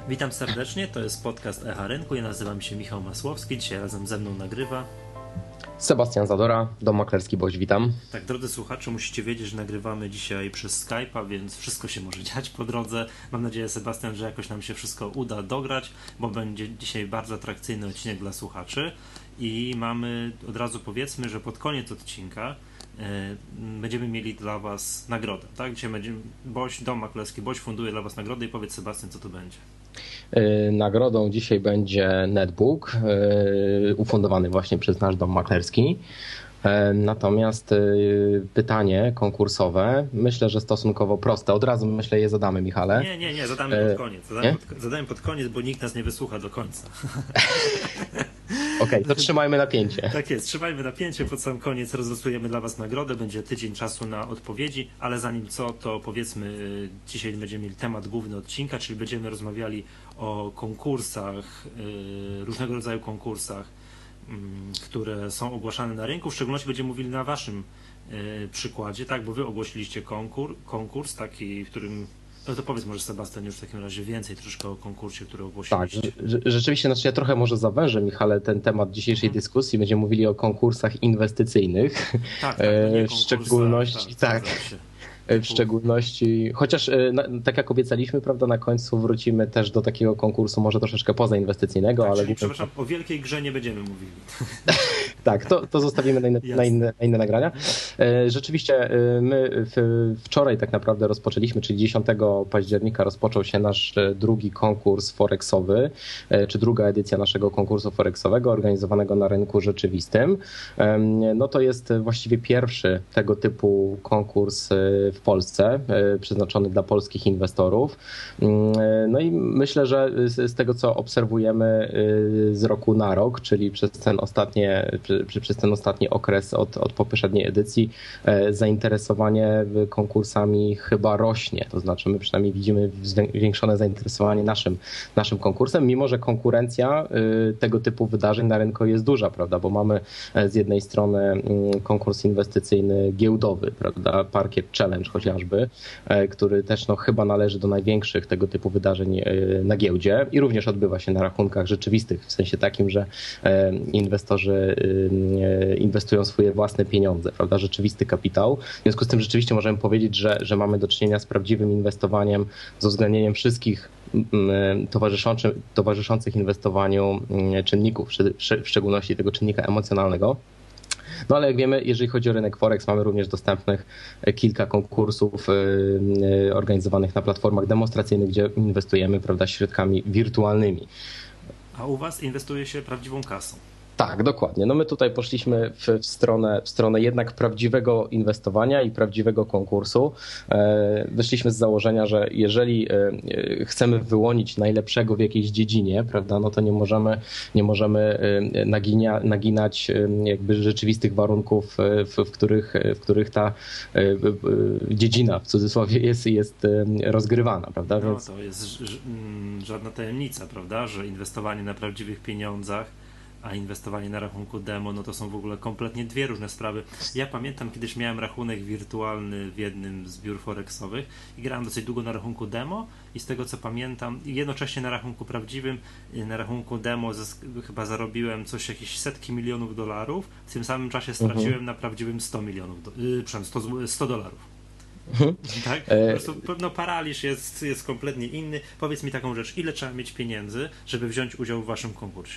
Witam serdecznie, to jest podcast Echa Rynku, ja nazywam się Michał Masłowski, dzisiaj razem ze mną nagrywa Sebastian Zadora, Dom Maklerski Boś, witam. Tak, drodzy słuchacze, musicie wiedzieć, że nagrywamy dzisiaj przez Skype'a, więc wszystko się może dziać po drodze. Mam nadzieję, Sebastian, że jakoś nam się wszystko uda dograć, bo będzie dzisiaj bardzo atrakcyjny odcinek dla słuchaczy i mamy, od razu powiedzmy, że pod koniec odcinka będziemy mieli dla Was nagrodę, tak? Dzisiaj będzie Dom Maklerski Boś funduje dla Was nagrodę i powiedz, Sebastian, co to będzie. Nagrodą dzisiaj będzie netbook ufundowany właśnie przez nasz Dom Maklerski. Natomiast pytanie konkursowe myślę, że stosunkowo proste. Od razu myślę je zadamy, Michale. Nie, zadamy pod koniec. Zadamy pod koniec, bo nikt nas nie wysłucha do końca. Okej, to trzymajmy napięcie. Tak jest, trzymajmy napięcie, pod sam koniec rozlosujemy dla Was nagrodę, będzie tydzień czasu na odpowiedzi, ale zanim co, to powiedzmy, dzisiaj będziemy mieli temat główny odcinka, czyli będziemy rozmawiali o konkursach, różnego rodzaju konkursach, które są ogłaszane na rynku. W szczególności będziemy mówili na Waszym przykładzie, tak, bo Wy ogłosiliście konkurs taki, w którym... No to powiedz może, Sebastian, już w takim razie więcej troszkę o konkursie, który ogłosiliście. Tak, rzeczywiście, znaczy ja trochę może zawężę, Michale, ten temat dzisiejszej dyskusji. Będziemy mówili o konkursach inwestycyjnych. Tak, w szczególności, tak. W szczególności, chociaż tak jak obiecaliśmy, prawda, na końcu wrócimy też do takiego konkursu może troszeczkę pozainwestycyjnego, tak, ale... Czyli, przepraszam, o wielkiej grze nie będziemy mówili. Tak, to zostawimy na inne nagrania. Rzeczywiście my wczoraj tak naprawdę rozpoczęliśmy, czyli 10 października rozpoczął się nasz drugi konkurs forexowy, czy druga edycja naszego konkursu forexowego organizowanego na rynku rzeczywistym. No to jest właściwie pierwszy tego typu konkurs w Polsce, przeznaczony dla polskich inwestorów. No i myślę, że z tego, co obserwujemy z roku na rok, czyli przez ten ostatni okres od poprzedniej edycji, zainteresowanie konkursami chyba rośnie. To znaczy my przynajmniej widzimy zwiększone zainteresowanie naszym konkursem, mimo że konkurencja tego typu wydarzeń na rynku jest duża, prawda, bo mamy z jednej strony konkurs inwestycyjny giełdowy, prawda, Parkiet Challenge chociażby, który też chyba należy do największych tego typu wydarzeń na giełdzie i również odbywa się na rachunkach rzeczywistych, w sensie takim, że inwestorzy inwestują swoje własne pieniądze, prawda, rzeczywisty kapitał. W związku z tym rzeczywiście możemy powiedzieć, że mamy do czynienia z prawdziwym inwestowaniem, z uwzględnieniem wszystkich towarzyszących inwestowaniu czynników, w szczególności tego czynnika emocjonalnego. No ale jak wiemy, jeżeli chodzi o rynek Forex, mamy również dostępnych kilka konkursów organizowanych na platformach demonstracyjnych, gdzie inwestujemy, prawda, środkami wirtualnymi. A u Was inwestuje się prawdziwą kasą. Tak, dokładnie. No my tutaj poszliśmy w stronę jednak prawdziwego inwestowania i prawdziwego konkursu. Wyszliśmy z założenia, że jeżeli chcemy wyłonić najlepszego w jakiejś dziedzinie, prawda, no to nie możemy naginać jakby rzeczywistych warunków, w których ta dziedzina w cudzysłowie jest rozgrywana, prawda? No to jest żadna tajemnica, prawda, że inwestowanie na prawdziwych pieniądzach a inwestowanie na rachunku demo, no to są w ogóle kompletnie dwie różne sprawy. Ja pamiętam, kiedyś miałem rachunek wirtualny w jednym z biur forexowych i grałem dosyć długo na rachunku demo i z tego co pamiętam, jednocześnie na rachunku prawdziwym, na rachunku demo chyba zarobiłem jakieś setki milionów dolarów, w tym samym czasie straciłem na prawdziwym 100 milionów, przepraszam, 100 dolarów. Tak? Po prostu paraliż jest kompletnie inny. Powiedz mi taką rzecz, ile trzeba mieć pieniędzy, żeby wziąć udział w Waszym konkursie?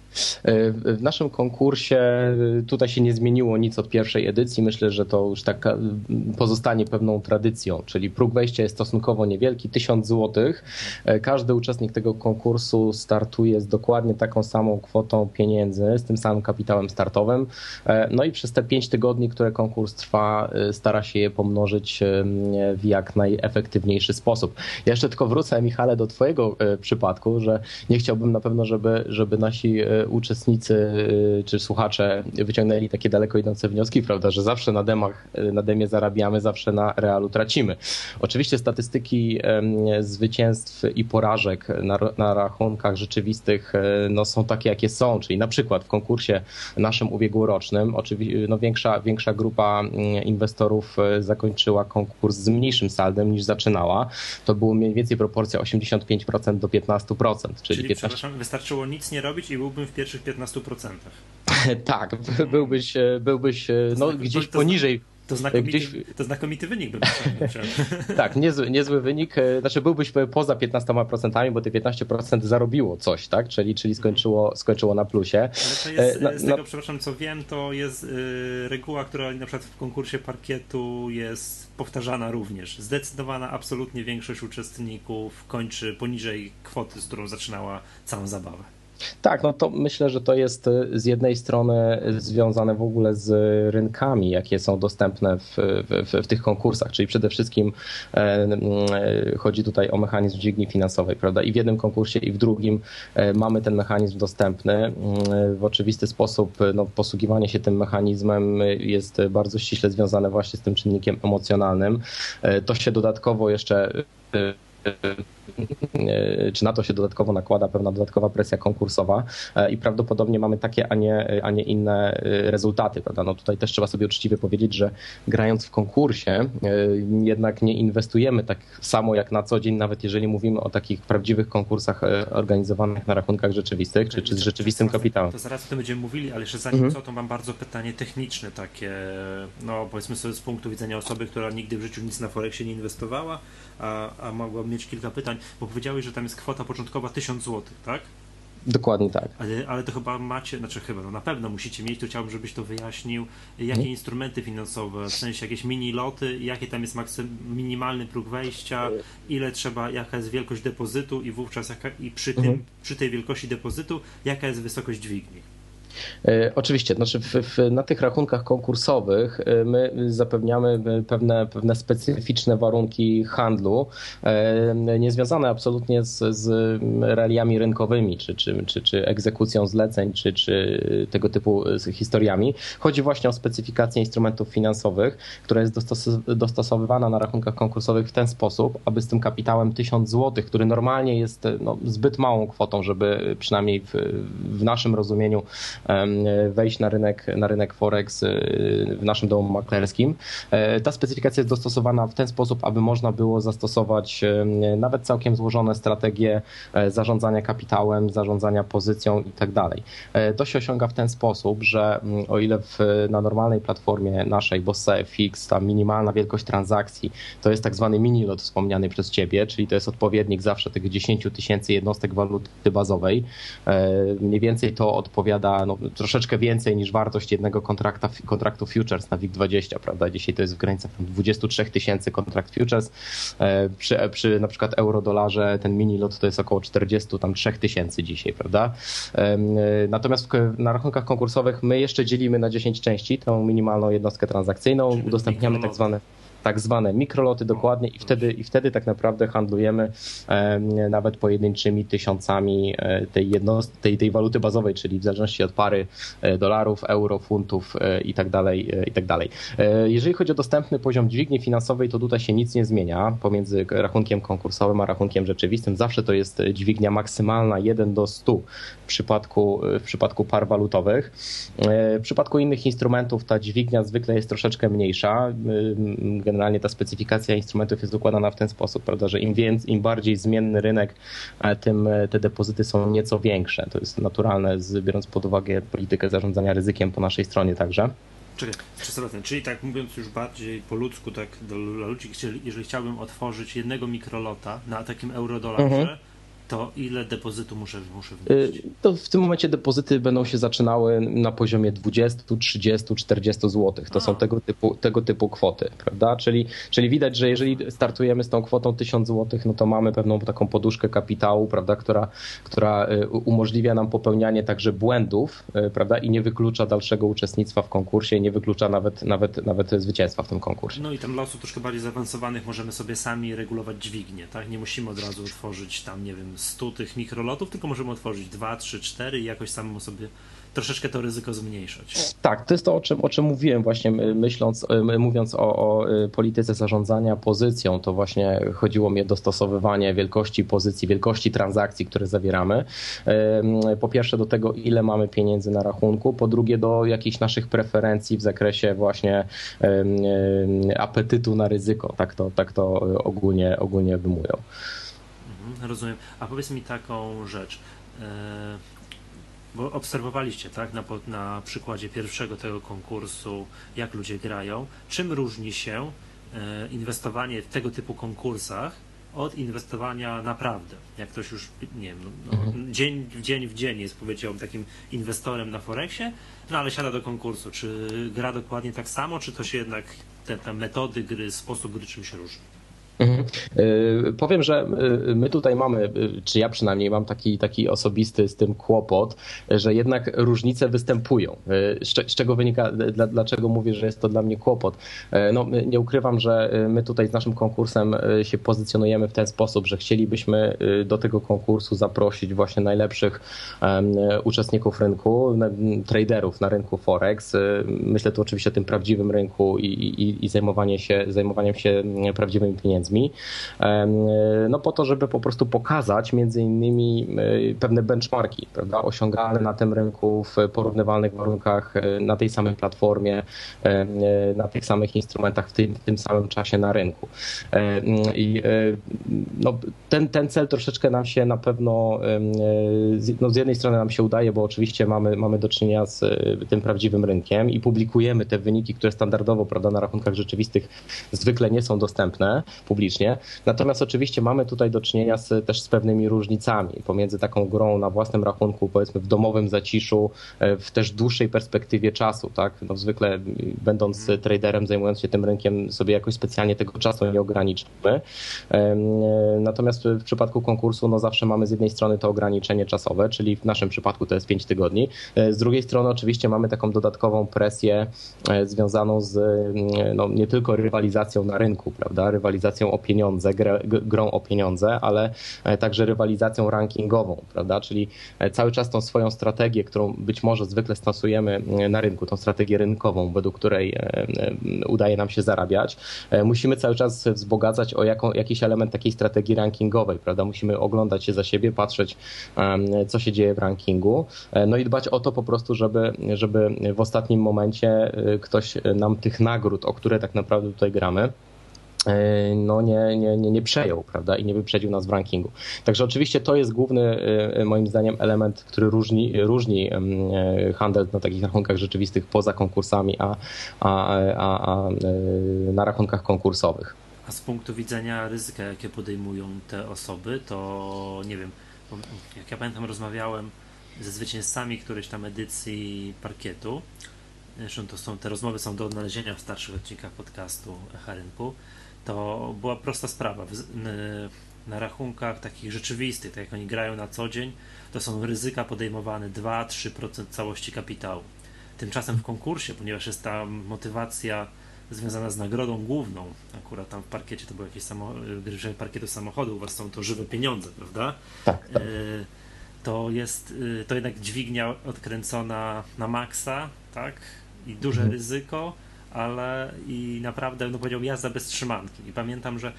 W naszym konkursie tutaj się nie zmieniło nic od pierwszej edycji. Myślę, że to już tak pozostanie pewną tradycją, czyli próg wejścia jest stosunkowo niewielki, 1000 zł. Każdy uczestnik tego konkursu startuje z dokładnie taką samą kwotą pieniędzy, z tym samym kapitałem startowym. No i przez te 5 tygodni, które konkurs trwa, stara się je pomnożyć w jak najefektywniejszy sposób. Ja jeszcze tylko wrócę, Michale, do Twojego przypadku, że nie chciałbym na pewno, żeby nasi uczestnicy czy słuchacze wyciągnęli takie daleko idące wnioski, prawda, że zawsze na demie zarabiamy, zawsze na realu tracimy. Oczywiście statystyki zwycięstw i porażek na rachunkach rzeczywistych no, są takie, jakie są, czyli na przykład w konkursie naszym ubiegłorocznym większa grupa inwestorów zakończyła konkurs z mniejszym saldem niż zaczynała. To było mniej więcej proporcja 85% do 15%. Czyli 15... przepraszam, wystarczyło nic nie robić i byłbym w pierwszych 15%. Tak, byłbyś no, gdzieś poniżej. To znakomity wynik bym chciał. Tak, niezły wynik. Znaczy byłbyś poza 15%, bo te 15% zarobiło coś, tak? Czyli skończyło na plusie. Ale to jest, z tego, przepraszam, co wiem, to jest reguła, która na przykład w konkursie parkietu jest powtarzana również. Zdecydowana absolutnie większość uczestników kończy poniżej kwoty, z którą zaczynała całą zabawę. Tak, no to myślę, że to jest z jednej strony związane w ogóle z rynkami, jakie są dostępne w tych konkursach, czyli przede wszystkim chodzi tutaj o mechanizm dźwigni finansowej, prawda? I w jednym konkursie, i w drugim mamy ten mechanizm dostępny. W oczywisty sposób no, posługiwanie się tym mechanizmem jest bardzo ściśle związane właśnie z tym czynnikiem emocjonalnym. To się dodatkowo jeszcze czy na to się dodatkowo nakłada pewna dodatkowa presja konkursowa i prawdopodobnie mamy takie, a nie inne rezultaty, prawda? No tutaj też trzeba sobie uczciwie powiedzieć, że grając w konkursie jednak nie inwestujemy tak samo jak na co dzień, nawet jeżeli mówimy o takich prawdziwych konkursach organizowanych na rachunkach rzeczywistych, czy z rzeczywistym kapitałem. To zaraz o tym będziemy mówili, ale jeszcze zanim to mam bardzo pytanie techniczne takie, no powiedzmy sobie z punktu widzenia osoby, która nigdy w życiu nic na Forexie nie inwestowała, a mogła mieć kilka pytań, bo powiedziałeś, że tam jest kwota początkowa 1000 zł, tak? Dokładnie tak. Ale to chyba macie, no na pewno musicie mieć, to chciałbym, żebyś to wyjaśnił, jakie instrumenty finansowe, w sensie jakieś mini loty, jaki tam jest minimalny próg wejścia, ile trzeba, jaka jest wielkość depozytu i wówczas przy tej wielkości depozytu, jaka jest wysokość dźwigni. Oczywiście, znaczy na tych rachunkach konkursowych my zapewniamy pewne specyficzne warunki handlu, niezwiązane absolutnie z realiami rynkowymi, czy egzekucją zleceń, czy tego typu historiami. Chodzi właśnie o specyfikację instrumentów finansowych, która jest dostosowywana na rachunkach konkursowych w ten sposób, aby z tym kapitałem 1000 zł, który normalnie jest no, zbyt małą kwotą, żeby przynajmniej w naszym rozumieniu wejść na rynek Forex w naszym domu maklerskim. Ta specyfikacja jest dostosowana w ten sposób, aby można było zastosować nawet całkiem złożone strategie zarządzania kapitałem, zarządzania pozycją i tak dalej. To się osiąga w ten sposób, że o ile na normalnej platformie naszej Bossa FX ta minimalna wielkość transakcji to jest tak zwany mini lot wspomniany przez Ciebie, czyli to jest odpowiednik zawsze tych 10 000 jednostek waluty bazowej. Mniej więcej to odpowiada no, troszeczkę więcej niż wartość jednego kontraktu futures na WIG20, prawda? Dzisiaj to jest w granicach 23 000 kontrakt futures. Przy na przykład euro-dolarze ten mini lot to jest około 43 000 dzisiaj, prawda? Natomiast na rachunkach konkursowych my jeszcze dzielimy na 10 części tą minimalną jednostkę transakcyjną, udostępniamy tak zwane mikroloty dokładnie i wtedy tak naprawdę handlujemy nawet pojedynczymi tysiącami tej waluty bazowej, czyli w zależności od pary dolarów, euro, funtów i tak dalej, i tak dalej. Jeżeli chodzi o dostępny poziom dźwigni finansowej, to tutaj się nic nie zmienia pomiędzy rachunkiem konkursowym a rachunkiem rzeczywistym. Zawsze to jest dźwignia maksymalna 1 do 100 w przypadku par walutowych. W przypadku innych instrumentów ta dźwignia zwykle jest troszeczkę mniejsza. Generalnie ta specyfikacja instrumentów jest układana w ten sposób, prawda, że im bardziej zmienny rynek, tym te depozyty są nieco większe. To jest naturalne, biorąc pod uwagę politykę zarządzania ryzykiem po naszej stronie także. Czekaj, czyli tak mówiąc już bardziej po ludzku, tak dla ludzi, jeżeli chciałbym otworzyć jednego mikrolota na takim euro-dolarze, to ile depozytu muszę wnieść? To w tym momencie depozyty będą się zaczynały na poziomie 20, 30, 40 zł. To są tego typu kwoty, prawda? Czyli widać, że jeżeli startujemy z tą kwotą 1000 zł, no to mamy pewną taką poduszkę kapitału, prawda, która umożliwia nam popełnianie także błędów, prawda, i nie wyklucza dalszego uczestnictwa w konkursie, nie wyklucza nawet zwycięstwa w tym konkursie. No i tam dla osób troszkę bardziej zaawansowanych możemy sobie sami regulować dźwignię, tak? Nie musimy od razu otworzyć tam, nie wiem, 100 tych mikrolotów, tylko możemy otworzyć 2, 3, 4 i jakoś samemu sobie troszeczkę to ryzyko zmniejszać. Tak, to jest to, o czym mówiłem właśnie mówiąc o polityce zarządzania pozycją, to właśnie chodziło mi o dostosowywanie wielkości pozycji, wielkości transakcji, które zawieramy. Po pierwsze do tego, ile mamy pieniędzy na rachunku, po drugie do jakichś naszych preferencji w zakresie właśnie apetytu na ryzyko, tak to ogólnie wymują. Rozumiem. A powiedz mi taką rzecz. Bo obserwowaliście, tak, na przykładzie pierwszego tego konkursu, jak ludzie grają. Czym różni się inwestowanie w tego typu konkursach od inwestowania naprawdę? Jak ktoś już, nie wiem, dzień w dzień jest, powiedziałbym, takim inwestorem na Forexie, ale siada do konkursu. Czy gra dokładnie tak samo, czy to się jednak te metody gry, sposób gry czym się różni? Powiem, że my tutaj mamy, czy ja przynajmniej mam taki osobisty z tym kłopot, że jednak różnice występują. Z czego wynika, dlaczego mówię, że jest to dla mnie kłopot? No, nie ukrywam, że my tutaj z naszym konkursem się pozycjonujemy w ten sposób, że chcielibyśmy do tego konkursu zaprosić właśnie najlepszych uczestników rynku, traderów na rynku Forex. Myślę tu oczywiście o tym prawdziwym rynku i zajmowaniem się prawdziwymi pieniędzmi. No po to, żeby po prostu pokazać między innymi pewne benchmarki, prawda, osiągalne na tym rynku w porównywalnych warunkach, na tej samej platformie, na tych samych instrumentach w tym samym czasie na rynku. I no, ten cel troszeczkę nam się na pewno, no z jednej strony nam się udaje, bo oczywiście mamy do czynienia z tym prawdziwym rynkiem i publikujemy te wyniki, które standardowo, prawda, na rachunkach rzeczywistych zwykle nie są dostępne publicznie. Natomiast oczywiście mamy tutaj do czynienia też z pewnymi różnicami pomiędzy taką grą na własnym rachunku, powiedzmy w domowym zaciszu, w też dłuższej perspektywie czasu, tak? No zwykle będąc traderem, zajmując się tym rynkiem, sobie jakoś specjalnie tego czasu nie ograniczymy. Natomiast w przypadku konkursu no zawsze mamy z jednej strony to ograniczenie czasowe, czyli w naszym przypadku to jest 5 tygodni. Z drugiej strony oczywiście mamy taką dodatkową presję związaną z no, nie tylko rywalizacją na rynku, prawda? Rywalizacją o pieniądze, grą o pieniądze, ale także rywalizacją rankingową, prawda? Czyli cały czas tą swoją strategię, którą być może zwykle stosujemy na rynku, tą strategię rynkową, według której udaje nam się zarabiać, musimy cały czas wzbogacać o jakiś element takiej strategii rankingowej, prawda? Musimy oglądać się za siebie, patrzeć, co się dzieje w rankingu, no i dbać o to po prostu, żeby w ostatnim momencie ktoś nam tych nagród, o które tak naprawdę tutaj gramy, no nie przejął, prawda, i nie wyprzedził nas w rankingu. Także oczywiście to jest główny, moim zdaniem, element, który różni handel na takich rachunkach rzeczywistych poza konkursami, a na rachunkach konkursowych. A z punktu widzenia ryzyka, jakie podejmują te osoby, to nie wiem, jak ja pamiętam, rozmawiałem ze zwycięzcami którejś tam edycji parkietu. Zresztą te rozmowy są do odnalezienia w starszych odcinkach podcastu Echa Rynku. To była prosta sprawa. Na rachunkach takich rzeczywistych, tak jak oni grają na co dzień, to są ryzyka podejmowane 2-3% całości kapitału. Tymczasem w konkursie, ponieważ jest ta motywacja związana z nagrodą główną, akurat tam w parkiecie to były jakieś gry parkietu samochodu, u was są to żywe pieniądze, prawda? Tak. To jednak dźwignia odkręcona na maksa, tak? I duże ryzyko, ale i naprawdę, no powiedziałbym, jazda bez trzymanki. I pamiętam, że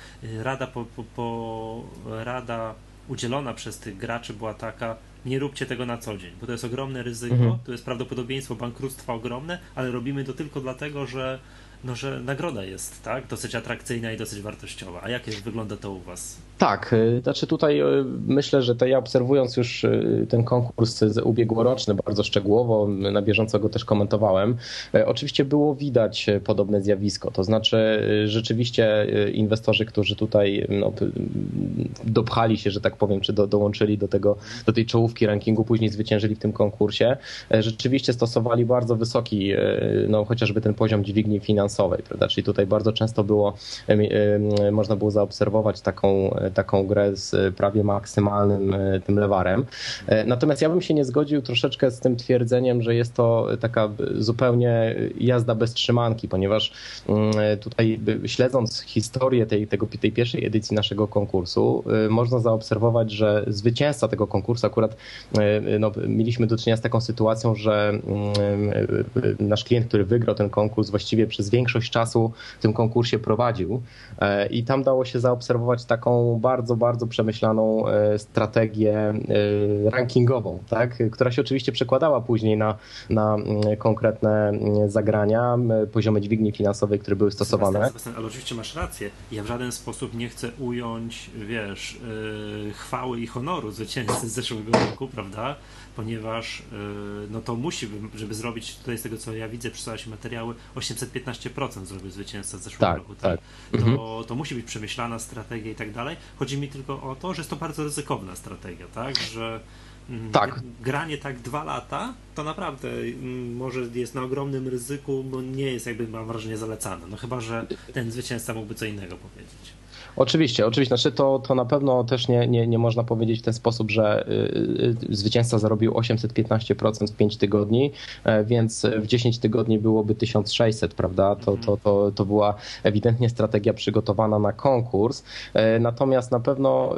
rada udzielona przez tych graczy była taka: nie róbcie tego na co dzień, bo to jest ogromne ryzyko, to jest prawdopodobieństwo bankructwa ogromne, ale robimy to tylko dlatego, że nagroda jest, tak, dosyć atrakcyjna i dosyć wartościowa. A jak wygląda to u was? Tak, znaczy tutaj myślę, że ja obserwując już ten konkurs ubiegłoroczny bardzo szczegółowo, na bieżąco go też komentowałem, oczywiście było widać podobne zjawisko, to znaczy rzeczywiście inwestorzy, którzy tutaj dopchali się, że tak powiem, czy dołączyli do tej czołówki rankingu, później zwyciężyli w tym konkursie, rzeczywiście stosowali bardzo wysoki, chociażby ten poziom dźwigni finansowej, finansowej, prawda? Czyli tutaj bardzo często można było zaobserwować taką grę z prawie maksymalnym tym lewarem. Natomiast ja bym się nie zgodził troszeczkę z tym twierdzeniem, że jest to taka zupełnie jazda bez trzymanki, ponieważ tutaj śledząc historię tej pierwszej edycji naszego konkursu, można zaobserwować, że zwycięzca tego konkursu, akurat mieliśmy do czynienia z taką sytuacją, że nasz klient, który wygrał ten konkurs, właściwie przez większość czasu w tym konkursie prowadził i tam dało się zaobserwować taką bardzo, bardzo przemyślaną strategię rankingową, tak? Która się oczywiście przekładała później na konkretne zagrania, poziomy dźwigni finansowej, które były stosowane. Ale oczywiście masz rację. Ja w żaden sposób nie chcę ująć, chwały i honoru zwycięzcy z zeszłego roku, prawda? Ponieważ to musi, żeby zrobić, tutaj z tego co ja widzę, przysłała się materiały, 815% zrobił zwycięzca z zeszłego roku. Tak? To musi być przemyślana strategia i tak dalej. Chodzi mi tylko o to, że jest to bardzo ryzykowna strategia, tak? Że granie tak 2 lata, to naprawdę może jest na ogromnym ryzyku, bo nie jest, mam wrażenie, zalecane. No chyba że ten zwycięzca mógłby co innego powiedzieć. Oczywiście. Znaczy to na pewno też nie można powiedzieć w ten sposób, że zwycięzca zarobił 815% w 5 tygodni, więc w 10 tygodni byłoby 1600, prawda? To była ewidentnie strategia przygotowana na konkurs. Natomiast na pewno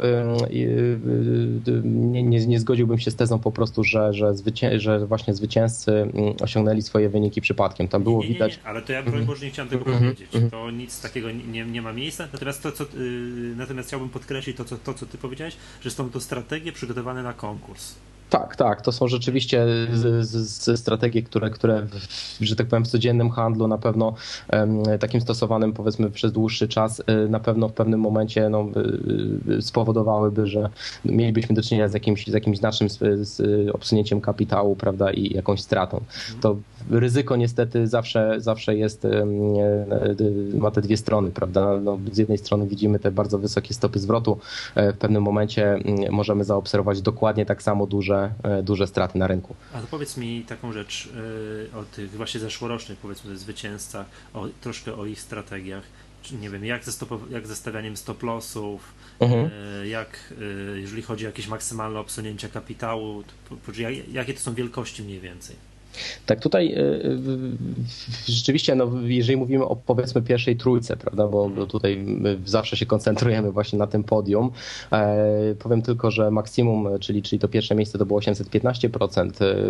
nie zgodziłbym się z tezą po prostu, że właśnie zwycięzcy osiągnęli swoje wyniki przypadkiem. Tam było widać... Ale to ja broń Boże nie chciałem tego powiedzieć. To nic takiego nie ma miejsca. Natomiast chciałbym podkreślić to, co ty powiedziałeś, że są to strategie przygotowane na konkurs. Tak, to są rzeczywiście strategie, które, że tak powiem, w codziennym handlu na pewno takim stosowanym powiedzmy przez dłuższy czas na pewno w pewnym momencie spowodowałyby, że mielibyśmy do czynienia z jakimś znacznym obsunięciem kapitału, prawda, i jakąś stratą. To ryzyko niestety zawsze jest, ma te dwie strony, prawda. Z jednej strony widzimy te bardzo wysokie stopy zwrotu, w pewnym momencie możemy zaobserwować dokładnie tak samo duże straty na rynku. A to powiedz mi taką rzecz o tych właśnie zeszłorocznych, powiedzmy, zwycięzcach, troszkę o ich strategiach. Nie wiem, jak ze stawianiem stop-lossów, jeżeli chodzi o jakieś maksymalne obsunięcia kapitału, jakie to są wielkości mniej więcej? Tak, tutaj rzeczywiście, jeżeli mówimy o powiedzmy pierwszej trójce, prawda, bo tutaj my zawsze się koncentrujemy właśnie na tym podium, powiem tylko, że maksimum, czyli to pierwsze miejsce to było 815%,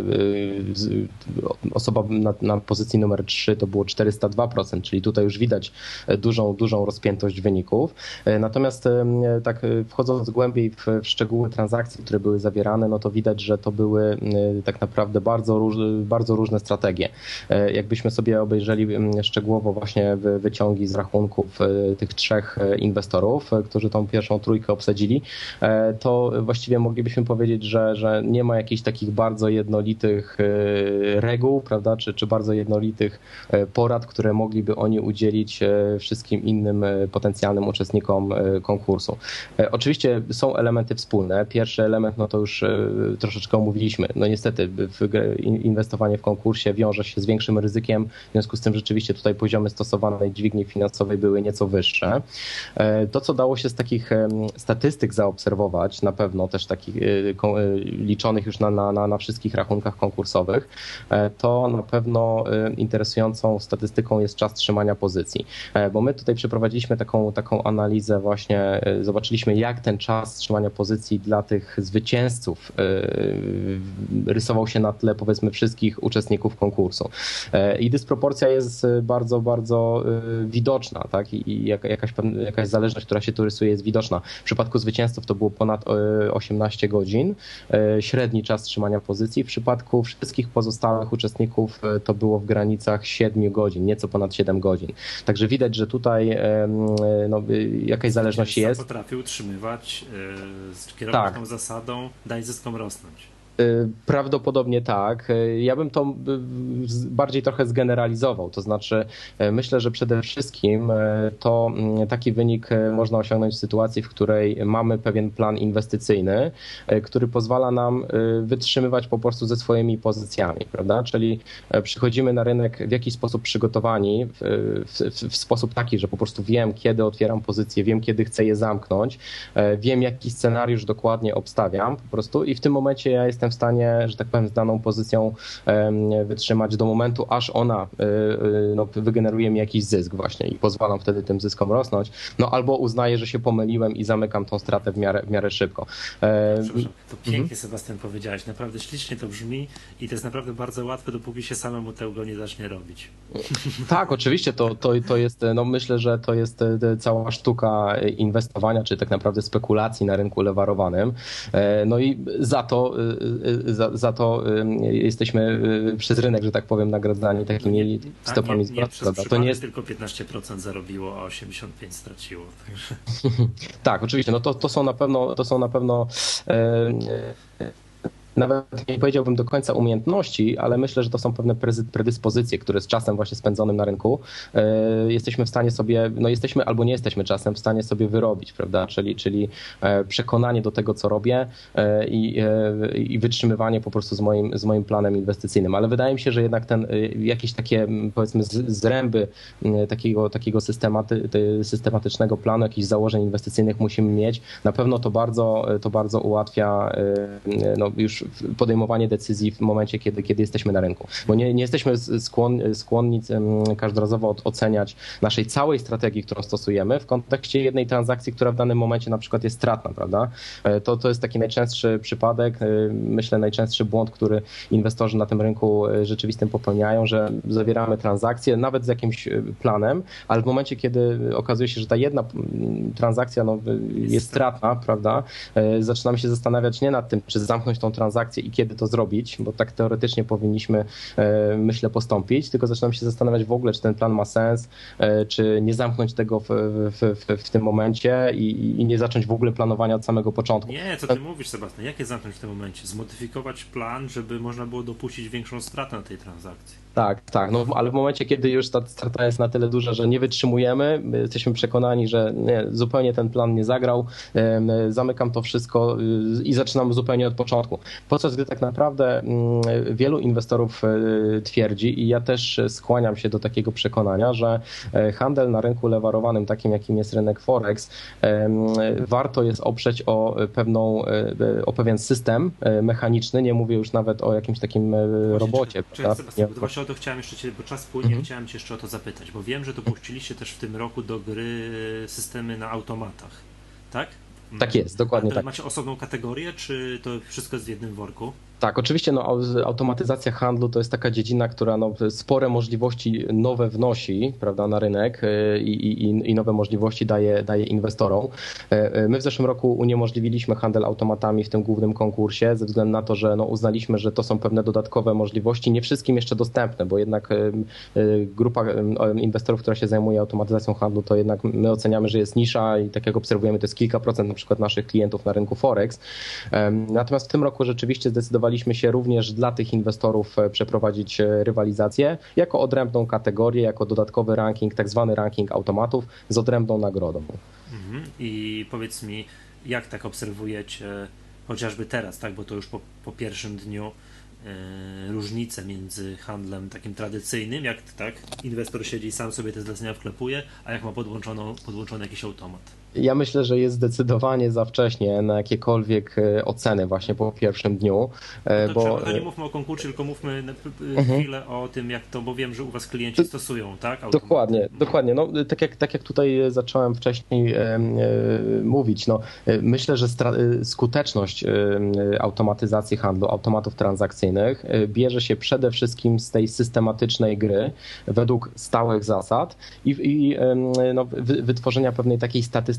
osoba na pozycji numer 3 to było 402%, czyli tutaj już widać dużą rozpiętość wyników. Natomiast tak wchodząc głębiej w szczegóły transakcji, które były zawierane, no to widać, że to były tak naprawdę bardzo różne strategie. Jakbyśmy sobie obejrzeli szczegółowo właśnie wyciągi z rachunków tych 3 inwestorów, którzy tą pierwszą trójkę obsadzili, to właściwie moglibyśmy powiedzieć, że nie ma jakichś takich bardzo jednolitych reguł, prawda, czy bardzo jednolitych porad, które mogliby oni udzielić wszystkim innym potencjalnym uczestnikom konkursu. Oczywiście są elementy wspólne. Pierwszy element, no to już troszeczkę omówiliśmy. No niestety inwestowanie w konkursie wiąże się z większym ryzykiem, w związku z tym rzeczywiście tutaj poziomy stosowanej dźwigni finansowej były nieco wyższe. To, co dało się z takich statystyk zaobserwować, na pewno też takich liczonych już na wszystkich rachunkach konkursowych, to na pewno interesującą statystyką jest czas trzymania pozycji, bo my tutaj przeprowadziliśmy taką analizę właśnie, zobaczyliśmy jak ten czas trzymania pozycji dla tych zwycięzców rysował się na tle powiedzmy wszystkich uczestników konkursu. I dysproporcja jest bardzo, bardzo widoczna, tak? I jakaś zależność, która się tu rysuje, jest widoczna. W przypadku zwycięzców to było ponad 18 godzin, średni czas trzymania pozycji. W przypadku wszystkich pozostałych uczestników to było w granicach 7 godzin, nieco ponad 7 godzin. Także widać, że tutaj jakaś zależność jest. Potrafił utrzymywać, kierować tą zasadą, daj zyskom rosnąć. Prawdopodobnie tak. Ja bym to bardziej trochę zgeneralizował. To znaczy, myślę, że przede wszystkim to taki wynik można osiągnąć w sytuacji, w której mamy pewien plan inwestycyjny, który pozwala nam wytrzymywać po prostu ze swoimi pozycjami, prawda? Czyli przychodzimy na rynek w jakiś sposób przygotowani, w sposób taki, że po prostu wiem, kiedy otwieram pozycję, wiem, kiedy chcę je zamknąć, wiem, jaki scenariusz dokładnie obstawiam po prostu i w tym momencie ja jestem w stanie, że tak powiem, z daną pozycją wytrzymać do momentu, aż ona wygeneruje mi jakiś zysk właśnie i pozwalam wtedy tym zyskom rosnąć, no albo uznaję, że się pomyliłem i zamykam tą stratę w miarę szybko. To pięknie, Sebastian, powiedziałeś. Naprawdę ślicznie to brzmi i to jest naprawdę bardzo łatwe, dopóki się samemu tego nie zacznie robić. Tak, oczywiście to jest, no myślę, że to jest cała sztuka inwestowania, czy tak naprawdę spekulacji na rynku lewarowanym. No i za to jesteśmy przez rynek, że tak powiem, nagradzani takimi stopami zwrotu. To nie jest tylko 15% zarobiło, a 85% straciło. Także. Tak, oczywiście. No to są na pewno nawet nie powiedziałbym do końca umiejętności, ale myślę, że to są pewne predyspozycje, które z czasem właśnie spędzonym na rynku jesteśmy w stanie sobie, no jesteśmy albo nie jesteśmy czasem w stanie sobie wyrobić, prawda? Czyli przekonanie do tego, co robię i wytrzymywanie po prostu z moim planem inwestycyjnym. Ale wydaje mi się, że jednak jakieś takie, powiedzmy, zręby takiego systematycznego planu, jakichś założeń inwestycyjnych musimy mieć. Na pewno to bardzo ułatwia już podejmowanie decyzji w momencie, kiedy jesteśmy na rynku. Bo nie jesteśmy skłonni każdorazowo oceniać naszej całej strategii, którą stosujemy w kontekście jednej transakcji, która w danym momencie na przykład jest stratna, prawda? To jest taki najczęstszy przypadek, myślę najczęstszy błąd, który inwestorzy na tym rynku rzeczywistym popełniają, że zawieramy transakcję nawet z jakimś planem, ale w momencie, kiedy okazuje się, że ta jedna transakcja jest stratna, prawda? Zaczynamy się zastanawiać nie nad tym, czy zamknąć tą transakcję i kiedy to zrobić, bo tak teoretycznie powinniśmy, myślę, postąpić, tylko zaczynam się zastanawiać w ogóle, czy ten plan ma sens, czy nie zamknąć tego w tym momencie i nie zacząć w ogóle planowania od samego początku. Nie, co ty mówisz, Sebastian? Jak je zamknąć w tym momencie? Zmodyfikować plan, żeby można było dopuścić większą stratę na tej transakcji. Tak, no ale w momencie, kiedy już ta strata jest na tyle duża, że nie wytrzymujemy, jesteśmy przekonani, że zupełnie ten plan nie zagrał, zamykam to wszystko i zaczynamy zupełnie od początku. Podczas gdy tak naprawdę wielu inwestorów twierdzi i ja też skłaniam się do takiego przekonania, że handel na rynku lewarowanym, takim jakim jest rynek Forex, warto jest oprzeć o pewien system mechaniczny, nie mówię już nawet o jakimś takim robocie. Właśnie o to chciałem jeszcze bo czas płynie, chciałem cię jeszcze o to zapytać, bo wiem, że dopuściliście też w tym roku do gry systemy na automatach, tak? Tak jest, dokładnie tak. Macie osobną kategorię, czy to wszystko jest w jednym worku? Tak, oczywiście automatyzacja handlu to jest taka dziedzina, która spore możliwości nowe wnosi, prawda, na rynek i nowe możliwości daje inwestorom. My w zeszłym roku uniemożliwiliśmy handel automatami w tym głównym konkursie ze względu na to, że uznaliśmy, że to są pewne dodatkowe możliwości, nie wszystkim jeszcze dostępne, bo jednak grupa inwestorów, która się zajmuje automatyzacją handlu, to jednak my oceniamy, że jest nisza i tak jak obserwujemy, to jest kilka procent na przykład naszych klientów na rynku Forex. Natomiast w tym roku rzeczywiście zdecydowaliśmy się również dla tych inwestorów przeprowadzić rywalizację jako odrębną kategorię, jako dodatkowy ranking, tak zwany ranking automatów z odrębną nagrodą. I powiedz mi, jak tak obserwujecie chociażby teraz, tak, bo to już po pierwszym dniu różnice między handlem takim tradycyjnym, jak tak, inwestor siedzi i sam sobie te zlecenia wklepuje, a jak ma podłączony jakiś automat? Ja myślę, że jest zdecydowanie za wcześnie na jakiekolwiek oceny właśnie po pierwszym dniu. To nie mówmy o konkursie, tylko mówmy chwilę o tym, jak to, bo wiem, że u was klienci stosują, tak? Automaty. Dokładnie. No, tak jak tutaj zacząłem wcześniej mówić, myślę, że skuteczność automatyzacji handlu, automatów transakcyjnych bierze się przede wszystkim z tej systematycznej gry według stałych zasad i wytworzenia pewnej takiej statystyki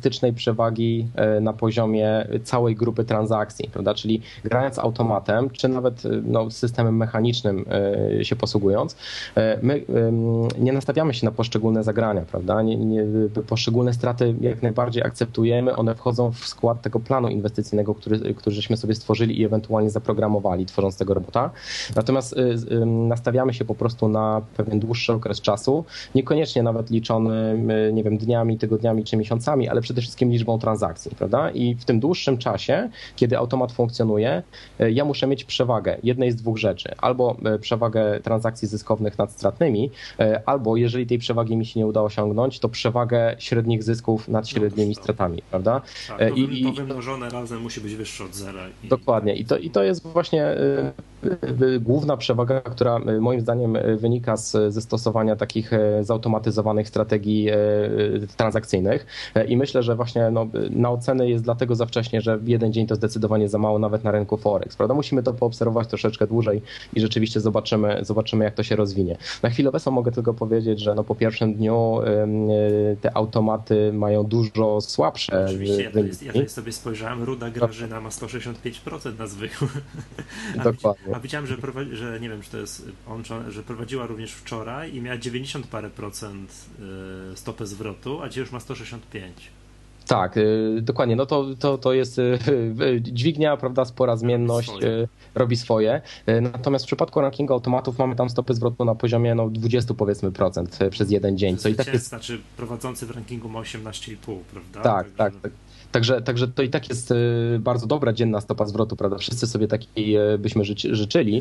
statystycznej przewagi na poziomie całej grupy transakcji, prawda? Czyli grając automatem, czy nawet systemem mechanicznym się posługując, my nie nastawiamy się na poszczególne zagrania, prawda? Poszczególne straty jak najbardziej akceptujemy, one wchodzą w skład tego planu inwestycyjnego, który żeśmy sobie stworzyli i ewentualnie zaprogramowali, tworząc tego robota. Natomiast nastawiamy się po prostu na pewien dłuższy okres czasu, niekoniecznie nawet liczony, nie wiem, dniami, tygodniami czy miesiącami, ale przede wszystkim liczbą transakcji, prawda? I w tym dłuższym czasie, kiedy automat funkcjonuje, ja muszę mieć przewagę jednej z dwóch rzeczy. Albo przewagę transakcji zyskownych nad stratnymi, albo jeżeli tej przewagi mi się nie uda osiągnąć, to przewagę średnich zysków nad średnimi stratami, prawda? Tak, to wymnożone razem musi być wyższe od zera. Dokładnie. I to jest właśnie główna przewaga, która moim zdaniem wynika ze stosowania takich zautomatyzowanych strategii transakcyjnych i myślę, że właśnie na oceny jest dlatego za wcześnie, że jeden dzień to zdecydowanie za mało nawet na rynku Forex, prawda? Musimy to poobserwować troszeczkę dłużej i rzeczywiście zobaczymy jak to się rozwinie. Na chwilę obecną mogę tylko powiedzieć, że po pierwszym dniu te automaty mają dużo słabsze oczywiście, ja tutaj sobie spojrzałem, ruda Grażyna ma 165% na zwykły. Dokładnie. A widziałem, że nie wiem, czy to jest że prowadziła również wczoraj i miała 90 parę procent stopę zwrotu, a dzisiaj już ma 165. Tak, dokładnie. To jest dźwignia, prawda, spora zmienność, robi swoje. Natomiast w przypadku rankingu automatów mamy tam stopy zwrotu na poziomie 20 powiedzmy procent przez jeden dzień. Co i tak jest... Znaczy prowadzący w rankingu ma 18,5, prawda? Tak. Także to i tak jest bardzo dobra dzienna stopa zwrotu, prawda? Wszyscy sobie takiej byśmy życzyli.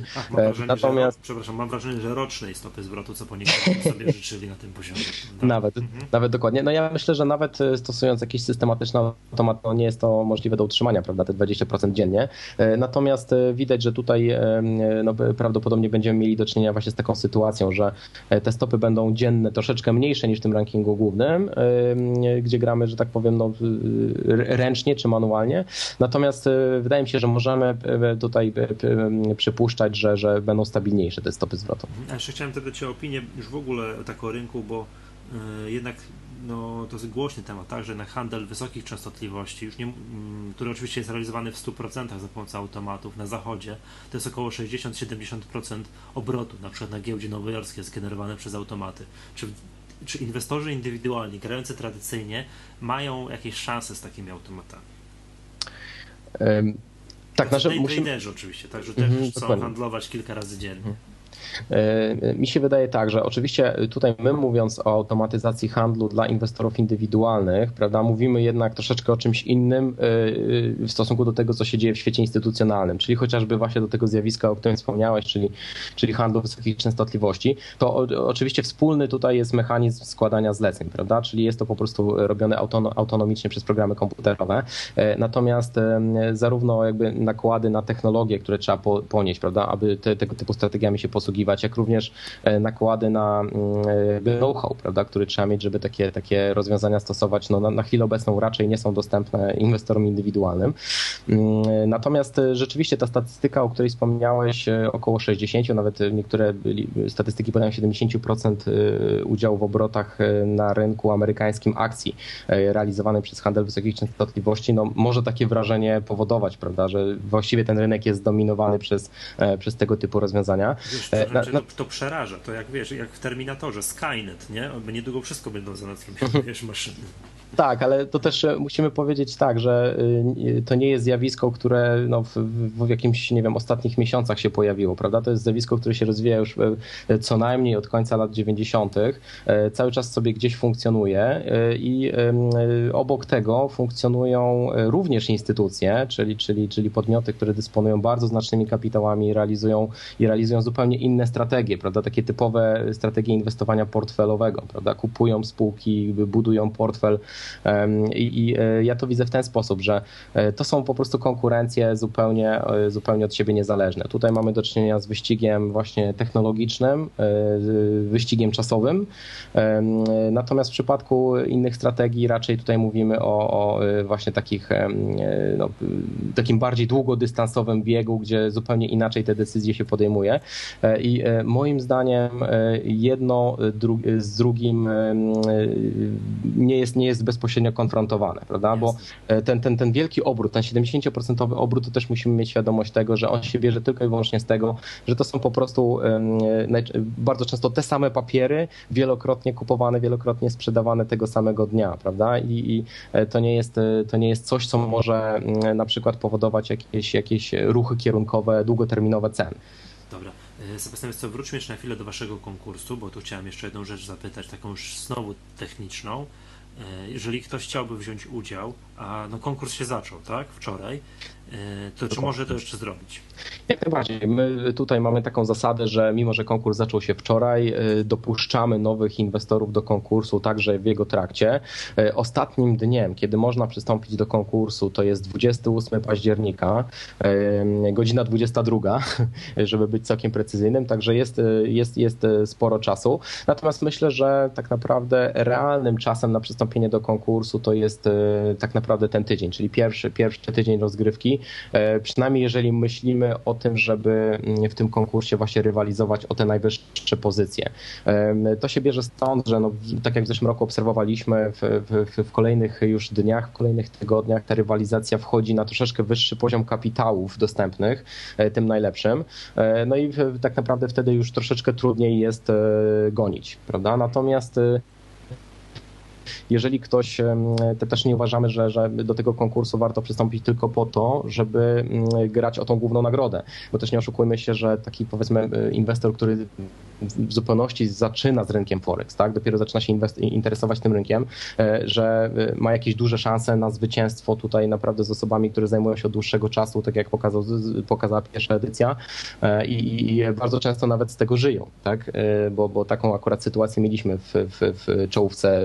Mam wrażenie, że rocznej stopy zwrotu, co po niektórych sobie życzyli na tym poziomie. Nawet dokładnie. Ja myślę, że nawet stosując jakiś systematyczny automat, nie jest to możliwe do utrzymania, prawda? Te 20% dziennie. Natomiast widać, że tutaj prawdopodobnie będziemy mieli do czynienia właśnie z taką sytuacją, że te stopy będą dzienne troszeczkę mniejsze niż w tym rankingu głównym, gdzie gramy, że tak powiem, ręcznie czy manualnie. Natomiast wydaje mi się, że możemy tutaj przypuszczać, że będą stabilniejsze te stopy zwrotu. Ja jeszcze chciałem zapytać Cię o opinię już w ogóle tak o rynku, bo jednak to jest głośny temat, tak, że jednak handel wysokich częstotliwości, który oczywiście jest realizowany w 100% za pomocą automatów na zachodzie, to jest około 60-70% obrotu, na przykład na giełdzie nowojorskiej jest generowane przez automaty. Czy inwestorzy indywidualni, grający tradycyjnie, mają jakieś szanse z takimi automatami? Tak, traderzy oczywiście, także też chcą handlować kilka razy dziennie. Mi się wydaje tak, że oczywiście tutaj my mówiąc o automatyzacji handlu dla inwestorów indywidualnych, prawda, mówimy jednak troszeczkę o czymś innym w stosunku do tego, co się dzieje w świecie instytucjonalnym, czyli chociażby właśnie do tego zjawiska, o którym wspomniałeś, czyli handlu wysokich częstotliwości, to oczywiście wspólny tutaj jest mechanizm składania zleceń, prawda, czyli jest to po prostu robione autonomicznie przez programy komputerowe, natomiast zarówno jakby nakłady na technologię, które trzeba ponieść, prawda, aby tego typu strategiami się posługiwać, jak również nakłady na know-how, prawda, który trzeba mieć, żeby takie rozwiązania stosować. Na chwilę obecną raczej nie są dostępne inwestorom indywidualnym. Natomiast rzeczywiście ta statystyka, o której wspomniałeś, około 60, nawet niektóre statystyki podają 70% udziału w obrotach na rynku amerykańskim akcji realizowanej przez handel wysokich częstotliwości, może takie wrażenie powodować, prawda, że właściwie ten rynek jest zdominowany przez tego typu rozwiązania. To przeraża, to jak wiesz, jak w Terminatorze, Skynet, nie? Niedługo wszystko będą za nas robić maszyny. Tak, ale to też musimy powiedzieć tak, że to nie jest zjawisko, które w jakimś, nie wiem, ostatnich miesiącach się pojawiło, prawda? To jest zjawisko, które się rozwija już co najmniej od końca lat 90. Cały czas sobie gdzieś funkcjonuje i obok tego funkcjonują również instytucje, czyli podmioty, które dysponują bardzo znacznymi kapitałami i realizują zupełnie inne strategie, prawda? Takie typowe strategie inwestowania portfelowego, prawda? Kupują spółki, budują portfel. I ja to widzę w ten sposób, że to są po prostu konkurencje zupełnie od siebie niezależne. Tutaj mamy do czynienia z wyścigiem właśnie technologicznym, wyścigiem czasowym, natomiast w przypadku innych strategii raczej tutaj mówimy o właśnie takim bardziej długodystansowym biegu, gdzie zupełnie inaczej te decyzje się podejmuje i moim zdaniem jedno z drugim nie jest bezpośrednio konfrontowane, prawda? Bo ten wielki obrót, ten 70% obrót, to też musimy mieć świadomość tego, że on się bierze tylko i wyłącznie z tego, że to są po prostu bardzo często te same papiery, wielokrotnie kupowane, wielokrotnie sprzedawane tego samego dnia, prawda? I to nie jest coś, co może na przykład powodować jakieś ruchy kierunkowe, długoterminowe cen. Dobra. Sebastian, co, wróćmy jeszcze na chwilę do waszego konkursu, bo tu chciałem jeszcze jedną rzecz zapytać, taką już znowu techniczną. Jeżeli ktoś chciałby wziąć udział, a no konkurs się zaczął, tak, wczoraj, to czy może to jeszcze zrobić? Jak najbardziej. My tutaj mamy taką zasadę, że mimo, że konkurs zaczął się wczoraj, dopuszczamy nowych inwestorów do konkursu także w jego trakcie. Ostatnim dniem, kiedy można przystąpić do konkursu, to jest 28 października, godzina 22, żeby być całkiem precyzyjnym, także jest sporo czasu. Natomiast myślę, że tak naprawdę realnym czasem na przystąpienie do konkursu to jest tak naprawdę ten tydzień, czyli pierwszy tydzień rozgrywki. Przynajmniej jeżeli myślimy o tym, żeby w tym konkursie właśnie rywalizować o te najwyższe pozycje. To się bierze stąd, że no, tak jak w zeszłym roku obserwowaliśmy, w kolejnych już dniach, w kolejnych tygodniach ta rywalizacja wchodzi na troszeczkę wyższy poziom kapitałów dostępnych, tym najlepszym. No i tak naprawdę wtedy już troszeczkę trudniej jest gonić, prawda? Natomiast jeżeli ktoś, to też nie uważamy, że do tego konkursu warto przystąpić tylko po to, żeby grać o tą główną nagrodę, bo też nie oszukujmy się, że taki powiedzmy inwestor, który w zupełności zaczyna z rynkiem Forex, tak? Dopiero zaczyna się interesować tym rynkiem, że ma jakieś duże szanse na zwycięstwo tutaj naprawdę z osobami, które zajmują się od dłuższego czasu, tak jak pokazała pierwsza edycja i bardzo często nawet z tego żyją, tak? Bo taką akurat sytuację mieliśmy w czołówce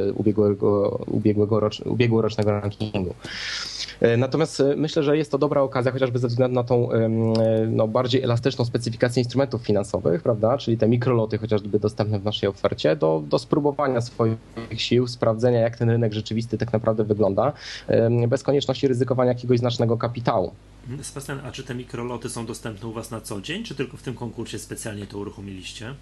ubiegłorocznego rankingu. Natomiast myślę, że jest to dobra okazja, chociażby ze względu na tą no, bardziej elastyczną specyfikację instrumentów finansowych, prawda, czyli te mikroloty chociażby dostępne w naszej ofercie, do spróbowania swoich sił, sprawdzenia, jak ten rynek rzeczywisty tak naprawdę wygląda, bez konieczności ryzykowania jakiegoś znacznego kapitału. Sebastian, a czy te mikroloty są dostępne u was na co dzień, czy tylko w tym konkursie specjalnie to uruchomiliście?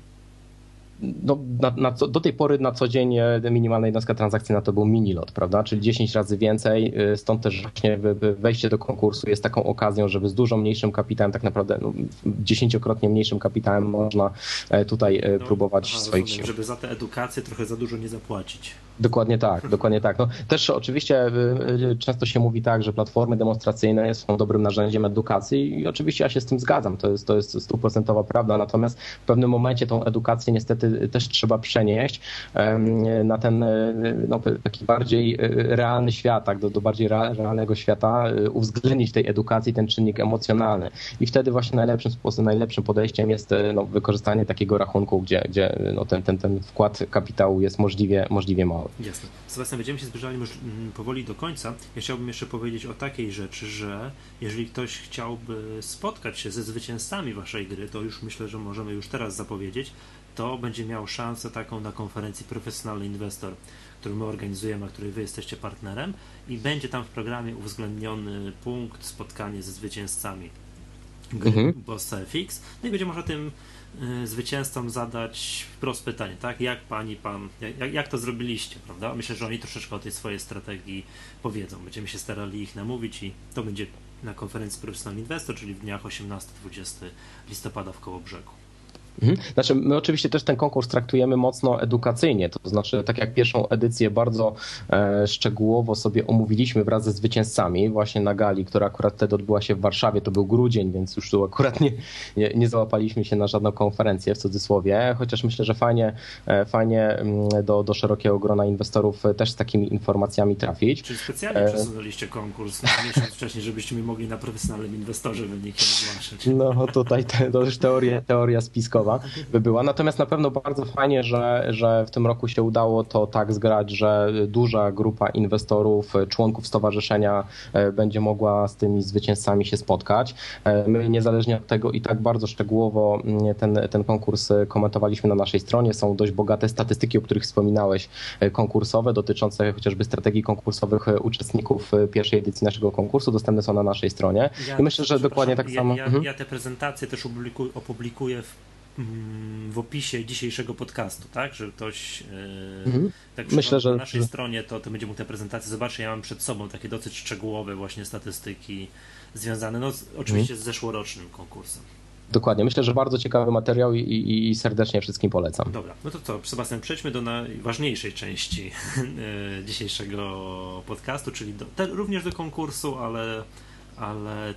No, do tej pory na co dzień minimalna jednostka transakcyjna to był mini lot, prawda? Czyli 10 razy więcej, stąd też właśnie wejście do konkursu jest taką okazją, żeby z dużo mniejszym kapitałem, tak naprawdę 10-krotnie mniejszym kapitałem można tutaj próbować swoich sił. Żeby za tę edukację trochę za dużo nie zapłacić. Dokładnie tak, dokładnie tak. No, też oczywiście często się mówi tak, że platformy demonstracyjne są dobrym narzędziem edukacji i oczywiście ja się z tym zgadzam, to jest 100% prawda, natomiast w pewnym momencie tą edukację niestety też trzeba przenieść na ten no, taki bardziej realny świat, tak, do bardziej realnego świata, uwzględnić tej edukacji ten czynnik emocjonalny i wtedy właśnie najlepszym podejściem jest no, wykorzystanie takiego rachunku, gdzie no, ten wkład kapitału jest możliwie mały. Jasne. Sebastian, będziemy się zbliżali już powoli do końca. Ja chciałbym jeszcze powiedzieć o takiej rzeczy, że jeżeli ktoś chciałby spotkać się ze zwycięzcami waszej gry, to już myślę, że możemy już teraz zapowiedzieć, to będzie miał szansę taką na konferencji Profesjonalny Inwestor, którą my organizujemy, a której wy jesteście partnerem i będzie tam w programie uwzględniony punkt spotkanie ze zwycięzcami gry Bossa FX. No i będzie można tym zwycięzcom zadać wprost pytanie, tak? Jak pan, jak to zrobiliście, prawda? Myślę, że oni troszeczkę o tej swojej strategii powiedzą. Będziemy się starali ich namówić i to będzie na konferencji Professional Investor, czyli w dniach 18-20 listopada w Kołobrzegu. Znaczy, my oczywiście też ten konkurs traktujemy mocno edukacyjnie, to znaczy tak jak pierwszą edycję bardzo szczegółowo sobie omówiliśmy wraz ze zwycięzcami właśnie na gali, która akurat wtedy odbyła się w Warszawie, to był grudzień, więc już tu akurat nie załapaliśmy się na żadną konferencję w cudzysłowie, chociaż myślę, że fajnie do szerokiego grona inwestorów też z takimi informacjami trafić. Czyli specjalnie przesunęliście konkurs na miesiąc wcześniej, żebyście mi mogli na profesjonalnym inwestorze wyniki zgłaszać. No tutaj to już teoria spiskowa by była. Natomiast na pewno bardzo fajnie, że w tym roku się udało to tak zgrać, że duża grupa inwestorów, członków stowarzyszenia będzie mogła z tymi zwycięzcami się spotkać. My niezależnie od tego i tak bardzo szczegółowo ten konkurs komentowaliśmy na naszej stronie. Są dość bogate statystyki, o których wspominałeś, konkursowe, dotyczące chociażby strategii konkursowych uczestników pierwszej edycji naszego konkursu. Dostępne są na naszej stronie. I myślę, że dokładnie tak samo. Ja te prezentacje też opublikuję w opisie dzisiejszego podcastu, tak? Żeby ktoś tak myślę, że na naszej stronie to będzie mógł tę prezentację zobaczyć. Ja mam przed sobą takie dosyć szczegółowe właśnie statystyki związane oczywiście z zeszłorocznym konkursem. Dokładnie. Myślę, że bardzo ciekawy materiał i serdecznie wszystkim polecam. Dobra, no to co, Sebastian, przejdźmy do najważniejszej części dzisiejszego podcastu, czyli również do konkursu, ale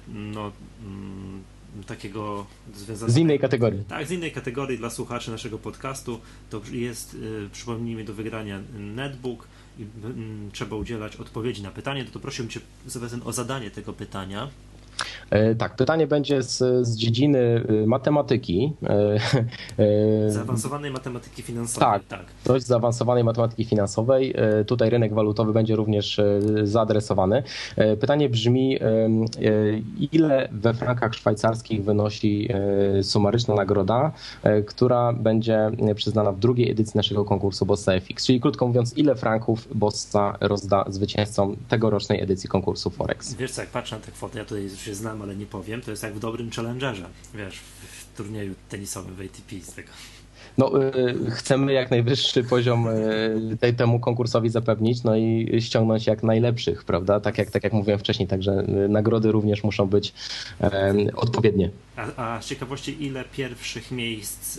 takiego związanego... Z innej kategorii. Tak, z innej kategorii dla słuchaczy naszego podcastu. To jest, przypomnijmy, do wygrania netbook i trzeba udzielać odpowiedzi na pytanie. To prosiłbym Cię, Sebastian, o zadanie tego pytania. Tak, pytanie będzie z dziedziny matematyki. Zaawansowanej matematyki finansowej. Tak, dość zaawansowanej matematyki finansowej. Tutaj rynek walutowy będzie również zaadresowany. Pytanie brzmi, ile we frankach szwajcarskich wynosi sumaryczna nagroda, która będzie przyznana w drugiej edycji naszego konkursu Bossa FX, czyli krótko mówiąc, ile franków Bossa rozda zwycięzcom tegorocznej edycji konkursu Forex. Wiesz co, jak patrzę na tę kwotę, ja tutaj już się znam, ale nie powiem, to jest jak w dobrym challengerze, wiesz, w turnieju tenisowym w ATP z tego. No, chcemy jak najwyższy poziom temu konkursowi zapewnić, no i ściągnąć jak najlepszych, prawda? Tak jak mówiłem wcześniej, także nagrody również muszą być odpowiednie. A z ciekawości, ile pierwszych miejsc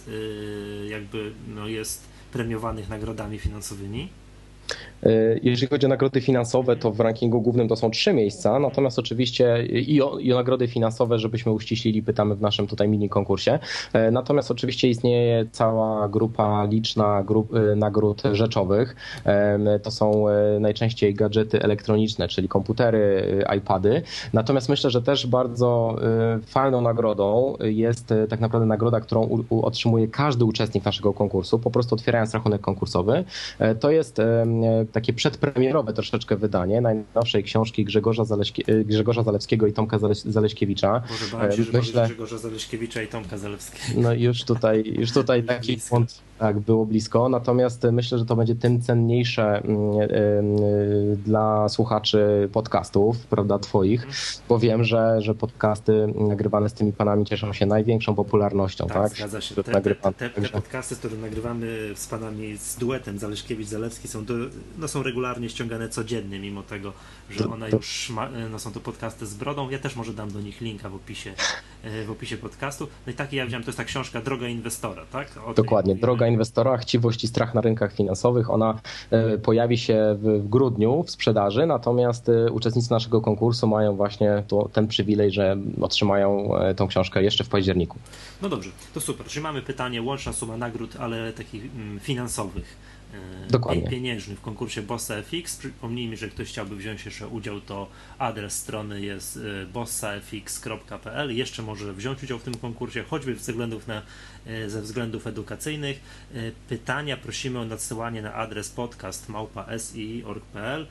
jest premiowanych nagrodami finansowymi? Jeżeli chodzi o nagrody finansowe, to w rankingu głównym to są 3 miejsca, natomiast oczywiście i o nagrody finansowe, żebyśmy uściślili, pytamy w naszym tutaj mini konkursie. Natomiast oczywiście istnieje cała grupa liczna nagród rzeczowych. To są najczęściej gadżety elektroniczne, czyli komputery, iPady. Natomiast myślę, że też bardzo fajną nagrodą jest tak naprawdę nagroda, którą otrzymuje każdy uczestnik naszego konkursu, po prostu otwierając rachunek konkursowy. To jest takie przedpremierowe troszeczkę wydanie najnowszej książki Grzegorza Zalewskiego i Tomka Zaleśkiewicza. Może bałem się, że myślę... Grzegorza Zaleśkiewicza i Tomka Zalewskiego. No już tutaj taki błąd było blisko, natomiast myślę, że to będzie tym cenniejsze dla słuchaczy podcastów, prawda, twoich, bo wiem, że podcasty nagrywane z tymi panami cieszą się największą popularnością. Tak, zgadza się. Te podcasty, które nagrywamy z panami, z duetem Zaleszkiewicz-Zalewski są regularnie ściągane codziennie, mimo tego, że one już są to podcasty z brodą. Ja też może dam do nich linka w opisie podcastu. No i taki ja wziąłem, to jest ta książka Droga Inwestora, tak? Dokładnie, Droga Inwestora, chciwość i strach na rynkach finansowych. Ona pojawi się w grudniu w sprzedaży, natomiast uczestnicy naszego konkursu mają właśnie ten przywilej, że otrzymają tą książkę jeszcze w październiku. No dobrze, to super. Czyli mamy pytanie, łączna suma nagród, ale takich finansowych. Dokładnie. Pieniężnych w konkursie Bossa FX. Przypomnijmy, że ktoś chciałby wziąć jeszcze udział, to adres strony jest bossafx.pl. Jeszcze może wziąć udział w tym konkursie, choćby ze względów edukacyjnych. Pytania prosimy o nadsyłanie na adres podcast@si.org.pl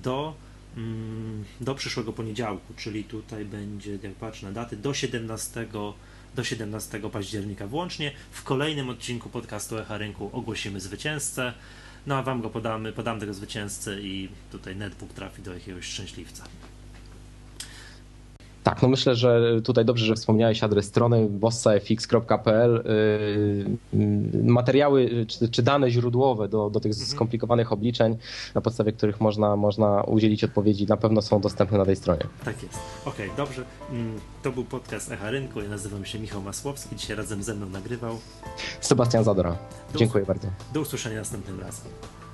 do przyszłego poniedziałku, czyli tutaj będzie, jak patrzę na daty, do 17 października włącznie. W kolejnym odcinku podcastu Echa Rynku ogłosimy zwycięzcę, no a wam go podam tego zwycięzcę i tutaj netbook trafi do jakiegoś szczęśliwca. Tak, no myślę, że tutaj dobrze, że wspomniałeś adres strony bossafx.pl. Materiały czy dane źródłowe do tych skomplikowanych obliczeń, na podstawie których można udzielić odpowiedzi, na pewno są dostępne na tej stronie. Tak jest. Okej, dobrze. To był podcast Echa Rynku. Ja nazywam się Michał Masłowski. Dzisiaj razem ze mną nagrywał Sebastian Zadora. Dziękuję bardzo. Do usłyszenia następnym razem.